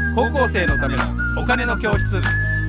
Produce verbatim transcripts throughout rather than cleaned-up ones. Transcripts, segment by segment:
高校生のためのお金の教室。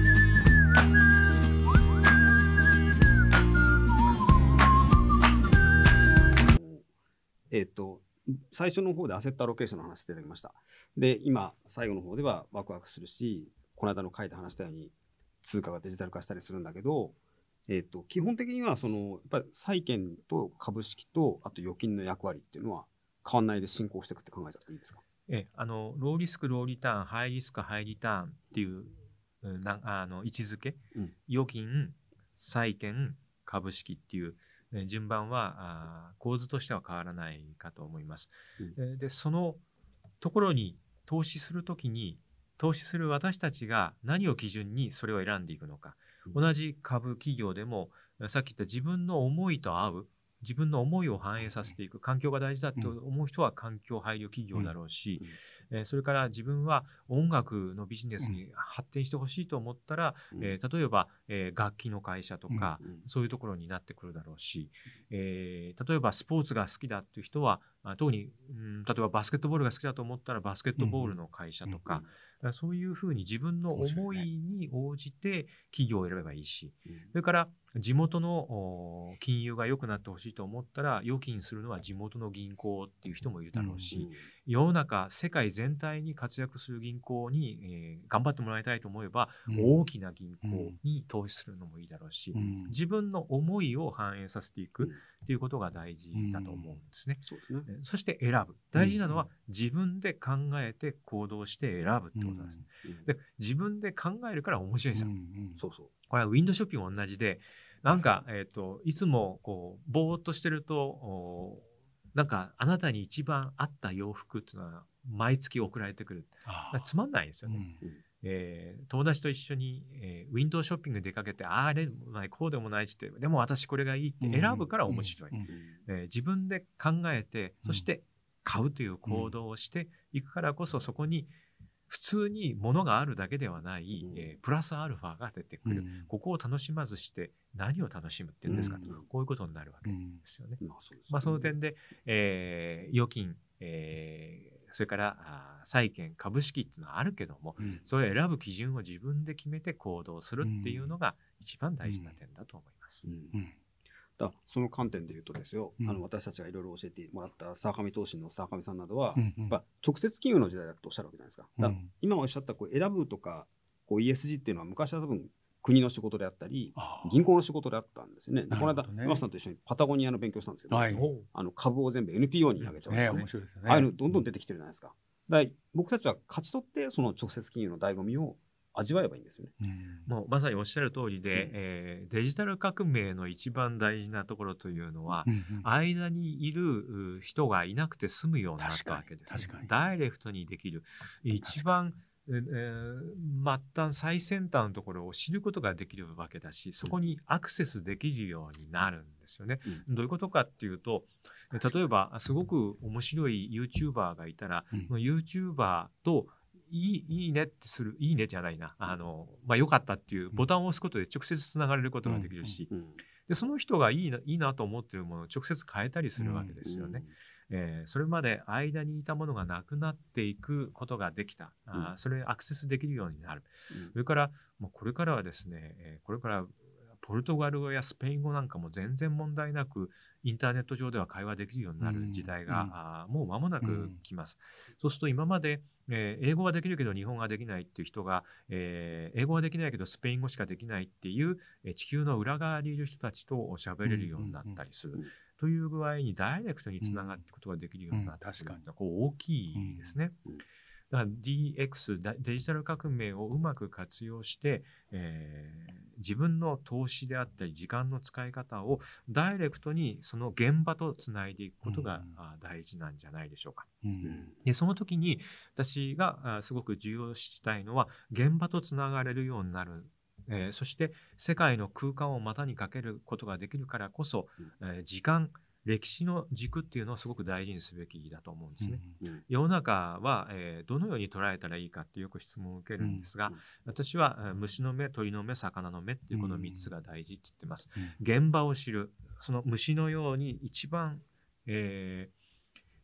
えっと最初の方でアセットアロケーションの話していただきました。で、今最後の方ではワクワクするし、この間の回で話したように通貨がデジタル化したりするんだけど、えっと基本的にはそのやっぱり債券と株式とあと預金の役割っていうのは変わんないで進行していくって考えちゃっていいですか？ えあのローリスクローリターン、ハイリスクハイリターンっていうなあの位置づけ、うん、預金、債券、株式っていう順番はあ構図としては変わらないかと思います、うん、でそのところに投資するときに投資する私たちが何を基準にそれを選んでいくのか、うん、同じ株企業でもさっき言った自分の思いと合う自分の思いを反映させていく環境が大事だと思う人は環境配慮企業だろうし、うんうん、それから自分は音楽のビジネスに発展してほしいと思ったら、うんえー、例えば、えー、楽器の会社とか、うんうん、そういうところになってくるだろうし、えー、例えばスポーツが好きだっていう人は特に、うん、例えばバスケットボールが好きだと思ったらバスケットボールの会社とか、うんうん、そういうふうに自分の思いに応じて企業を選べばいいし、うん、それから地元の金融が良くなってほしいと思ったら預金するのは地元の銀行っていう人もいるだろうし、うんうん、世の中世界全体に活躍する銀行に、えー、頑張ってもらいたいと思えば、うん、大きな銀行に投資するのもいいだろうし、うん、自分の思いを反映させていくっていうことが大事だと思うんですね、うんそうですね。そして選ぶ。大事なのは自分で考えて行動して選ぶってことなんですね、うんうん、で自分で考えるから面白いんですよ、うんうん、そうそう。これはウィンドウショッピングも同じでなんか、えーと、いつもこうぼーっとしてるとなんかあなたに一番合った洋服っていうのは毎月送られてくる。つまんないですよね、うんえー、友達と一緒に、えー、ウィンドウショッピング出かけてあれでもないこうでもないって言ってでも私これがいいって選ぶから面白い、うんうんえー、自分で考えてそして買うという行動をしていくからこそそこに普通に物があるだけではない、うんえー、プラスアルファが出てくる、うん、ここを楽しまずして何を楽しむっていうんですか、うん、こういうことになるわけですよね、うんまあそうですね。まあ、その点で、えー、預金、えー、それからあ債券株式っていうのはあるけども、うん、それを選ぶ基準を自分で決めて行動するっていうのが一番大事な点だと思います、うんうんうんだその観点で言うとですよ、うん、あの私たちがいろいろ教えてもらった沢上投信の沢上さんなどは、うんうん、やっぱ直接金融の時代だとおっしゃるわけじゃないですか。だから今おっしゃったこう選ぶとかこう イーエスジー っていうのは昔は多分国の仕事であったり銀行の仕事であったんですよね。でこの間山下さんと一緒にパタゴニアの勉強したんですけど、はい、あの株を全部 エヌピーオー に上げちゃうんですよね。面白いですよね。ああいうのどんどん出てきてるじゃないですか。だから僕たちは勝ち取ってその直接金融の醍醐味を味わえばいいんですよね、 うん、もうまさにおっしゃる通りで、うんえー、デジタル革命の一番大事なところというのは、うんうん、間にいる人がいなくて済むようになったわけです、ね、ダイレクトにできる一番、えー、末端最先端のところを知ることができるわけだしそこにアクセスできるようになるんですよね、うん、どういうことかっていうと例えばすごく面白い YouTuber がいたら、うん、YouTuber といい、いいねってする、いいねじゃないな、あの、まあ、良かったっていうボタンを押すことで直接つながれることができるし、うんうん、でその人がいいな、いいなと思っているものを直接変えたりするわけですよね、うんえー、それまで間にいたものがなくなっていくことができた、うん、あそれにアクセスできるようになる、うん、それからもうこれからはですね、えー、これからポルトガル語やスペイン語なんかも全然問題なくインターネット上では会話できるようになる時代が、うん、あもう間もなく来ます、うん、そうすると今までえー、英語はできるけど日本語はできないっていう人が、えー、英語はできないけどスペイン語しかできないっていう、えー、地球の裏側にいる人たちと喋れるようになったりする、うんうんうん、という具合にダイレクトにつながっていくことができるようになったりするのがこう大きいですね、うんうん、だから ディーエックス デジタル革命をうまく活用して、えー、自分の投資であったり時間の使い方をダイレクトにその現場とつないでいくことが大事なんじゃないでしょうか、うん、でその時に私がすごく重要視したいのは現場とつながれるようになる、えー、そして世界の空間を股にかけることができるからこそ、えー、時間歴史の軸っていうのをすごく大事にすべきだと思うんですね、うんうん、世の中は、えー、どのように捉えたらいいかってよく質問を受けるんですが、うんうん、私は虫の目、鳥の目、魚の目っていうこのみっつが大事って言ってます、うんうん、現場を知るその虫のように一番、えー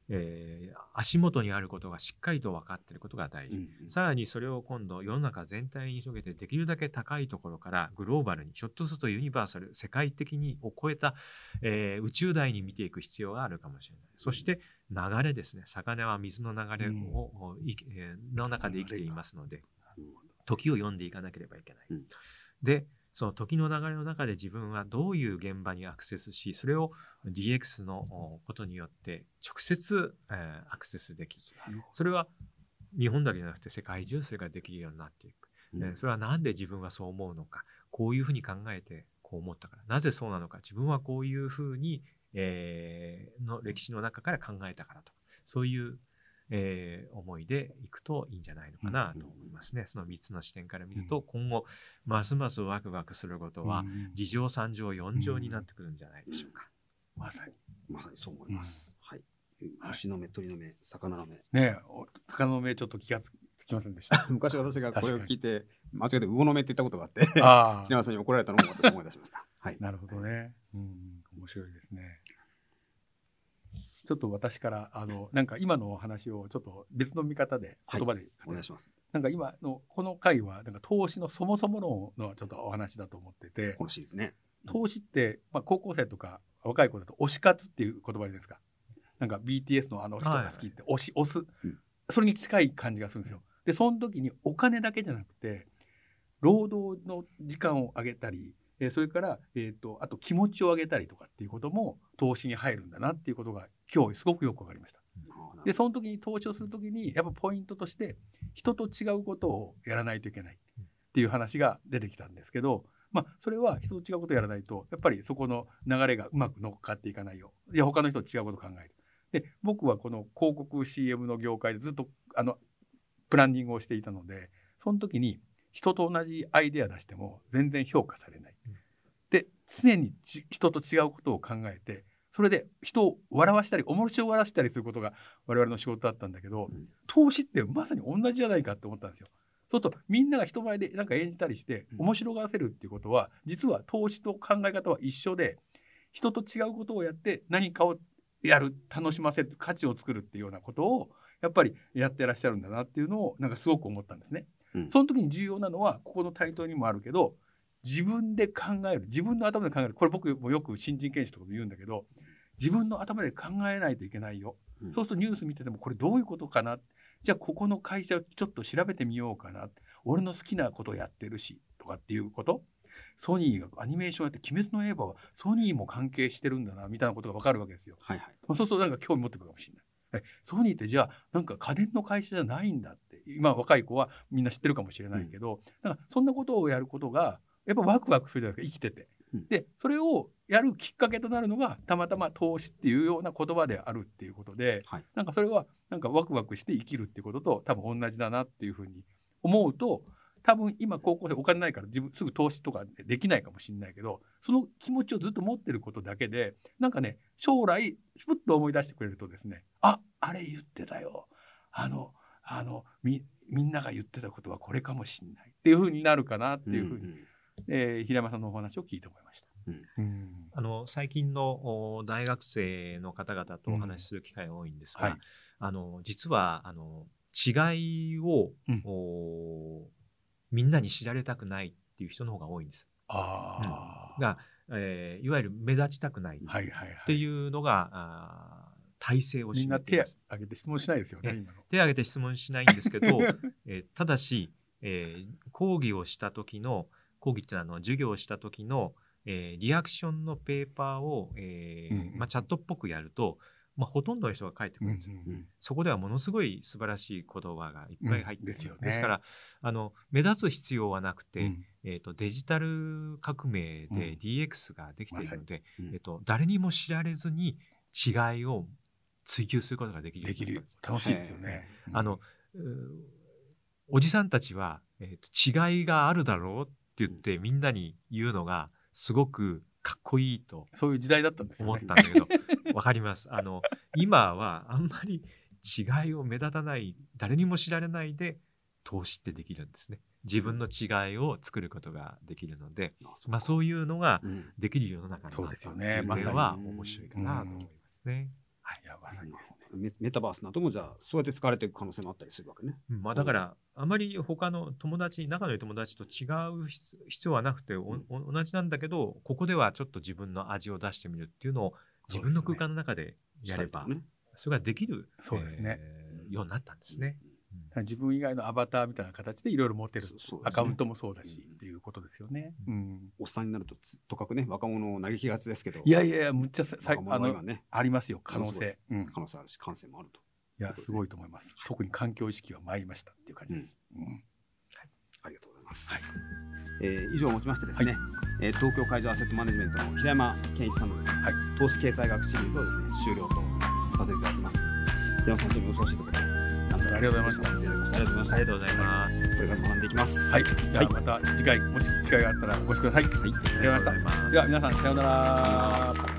えー、足元にあることがしっかりと分かっていることが大事、 うんうん、 さらにそれを今度世の中全体に広げてできるだけ高いところからグローバルにひょっとするとユニバーサル世界的にを超えた、えー、宇宙大に見ていく必要があるかもしれない。そして流れですね。魚は水の流れを、うんえー、の中で生きていますので、時を読んでいかなければいけない、うん、でその時の流れの中で自分はどういう現場にアクセスし、それを ディーエックス のことによって直接、えー、アクセスできる。それは日本だけじゃなくて世界中それができるようになっていく、うんえー、それはなんで自分はそう思うのか、こういうふうに考えてこう思ったから、なぜそうなのか、自分はこういうふうに、えー、の歴史の中から考えたからと、そういうえー、思いでいくといいんじゃないのかなと思いますね。そのみっつの視点から見ると、うん、今後ますますワクワクすることはに乗さん乗よん乗になってくるんじゃないでしょうか。 うん、まさにまさにそう思います。うん、はい。牛の目、鳥の目、魚の目。 ねえ、魚の目ちょっと気がつきませんでした。 昔私がこれを聞いて間違えて魚の目って言ったことがあって、平山さんに怒られたのも私思い出しました。はい。 なるほどね。うん、面白いですね。ちょっと私からあのなんか今のお話をちょっと別の見方で言葉で、はい、 お願いします。 なんか今のこの回はなんか投資のそもそも論のちょっとお話だと思ってて、 楽しいですね。 投資って、まあ、高校生とか若い子だと推し活っていう言葉ですか。なんか ビーティーエス のあの人が好きって推し、はい、推す、うん、それに近い感じがするんですよ。でその時にお金だけじゃなくて労働の時間を上げたり、えー、それから、えーと、あと気持ちを上げたりとかっていうことも投資に入るんだなっていうことが今日すごくよく分かりました。でその時に投資をする時にやっぱポイントとして人と違うことをやらないといけないっていう話が出てきたんですけど、まあそれは人と違うことをやらないとやっぱりそこの流れがうまく乗っかっていかないよ。いや他の人と違うことを考える。で僕はこの広告 シーエム の業界でずっとあのプランニングをしていたので、その時に人と同じアイデア出しても全然評価されない。で常に人と違うことを考えて、それで人を笑わしたり面白を笑わせたりすることが我々の仕事だったんだけど、うん、投資ってまさに同じじゃないかって思ったんですよ。そうするとみんなが人前でなんか演じたりして面白がらせるっていうことは、実は投資と考え方は一緒で、人と違うことをやって何かをやる、楽しませる、価値を作るっていうようなことをやっぱりやってらっしゃるんだなっていうのをなんかすごく思ったんですね。うん、その時に重要なのはここのタイトルにもあるけど、自分で考える、自分の頭で考える。これ僕もよく新人研修とかで言うんだけど、自分の頭で考えないといけないよ。うん、そうするとニュース見ててもこれどういうことかな。じゃあここの会社をちょっと調べてみようかな。俺の好きなことをやってるしとかっていうこと。ソニーがアニメーションやって鬼滅の刃はソニーも関係してるんだなみたいなことが分かるわけですよ。 はいはい、 そうするとなんか興味持ってくるかもしれない。えソニーってじゃあなんか家電の会社じゃないんだって、今若い子はみんな知ってるかもしれないけど、うん、なんかそんなことをやることがやっぱワクワクするじゃないですか、生きてて。うん、でそれをやるきっかけとなるのがたまたま投資っていうような言葉であるっていうことで、はい、なんかそれはなんかワクワクして生きるっていうことと多分同じだなっていうふうに思うと、多分今高校生お金ないから自分すぐ投資とかできないかもしれないけど、その気持ちをずっと持ってることだけでなんかね、将来ふっと思い出してくれるとですね、ああれ言ってたよ、あのあの み, みんなが言ってたことはこれかもしれないっていうふうになるかなっていうふうに、うんうん、えー、平山さんのお話を聞いて思いました。うんうん、 あの最近の大学生の方々とお話しする機会が多いんですが、うんはい、あの実はあの違いを、うん、みんなに知られたくないっていう人の方が多いんです。あ、うん、が、えー、いわゆる目立ちたくないっていうのが、はいはいはい、あ体制をみんな手を挙げて質問しないですよね。今の手を挙げて質問しないんですけど、えー、ただし、えー、講義をした時の講義っていうのは授業をした時の、えー、リアクションのペーパーを、えーうんうんまあ、チャットっぽくやると、まあ、ほとんどの人が書いてくるんですよ、うんうんうん、そこではものすごい素晴らしい言葉がいっぱい入ってる、うんですよね、ですからあの目立つ必要はなくて、うんえー、とデジタル革命で ディーエックス ができているので、うんまえー、と誰にも知られずに違いを追求することができるできる楽しいですよね、 うん、あのおじさんたちは、えー、と違いがあるだろうって言ってみんなに言うのがすごくかっこいいとそういう時代だったんですよね。 思ったんだけどわかります。あの今はあんまり違いを目立たない誰にも知られないで投資ってできるんですね。自分の違いを作ることができるので、うんまあ、そういうのができる世の中になったっていう点は面白いかなと思いますね。はいいや、まさにですね。 メメタバースなどもじゃあそうやって使われていく可能性もあったりするわけね。 うん、まあ、だからあまり他の友達仲のいい友達と違う必必要はなくて、おお同じなんだけどここではちょっと自分の味を出してみるっていうのを自分の空間の中でやれば、ね、それができる、 そうですね、 えー、ようになったんですね。 うん、自分以外のアバターみたいな形でいろいろ持ってる、ね、アカウントもそうだし、うん、っていうことですよね。うん、 おっさんになるととかくね若者を嘆きがちですけど、 いやいやいやむっちゃさあの、 ね、 ありますよ可能性、 うん、可能性あるし感性もあると。 いやすごいと思います。特に環境意識は参りましたっていう感じです。うんうん、はい、 ありがとうございます。はい、えー、以上をもちましてですね、はい、えー、東京海上アセットマネジメントの平山健一さんのですね、はい、投資経済学シリーズをですね終了とさせていただきます。平山さん、本当にお忙しいところでありがとうございました。ありがとうございました。 ありがとうございます。 これから学んでいきます。 はい。じゃあまた次回もし機会があったらお越しください。はい。ありがとうございました。では皆さんさようなら。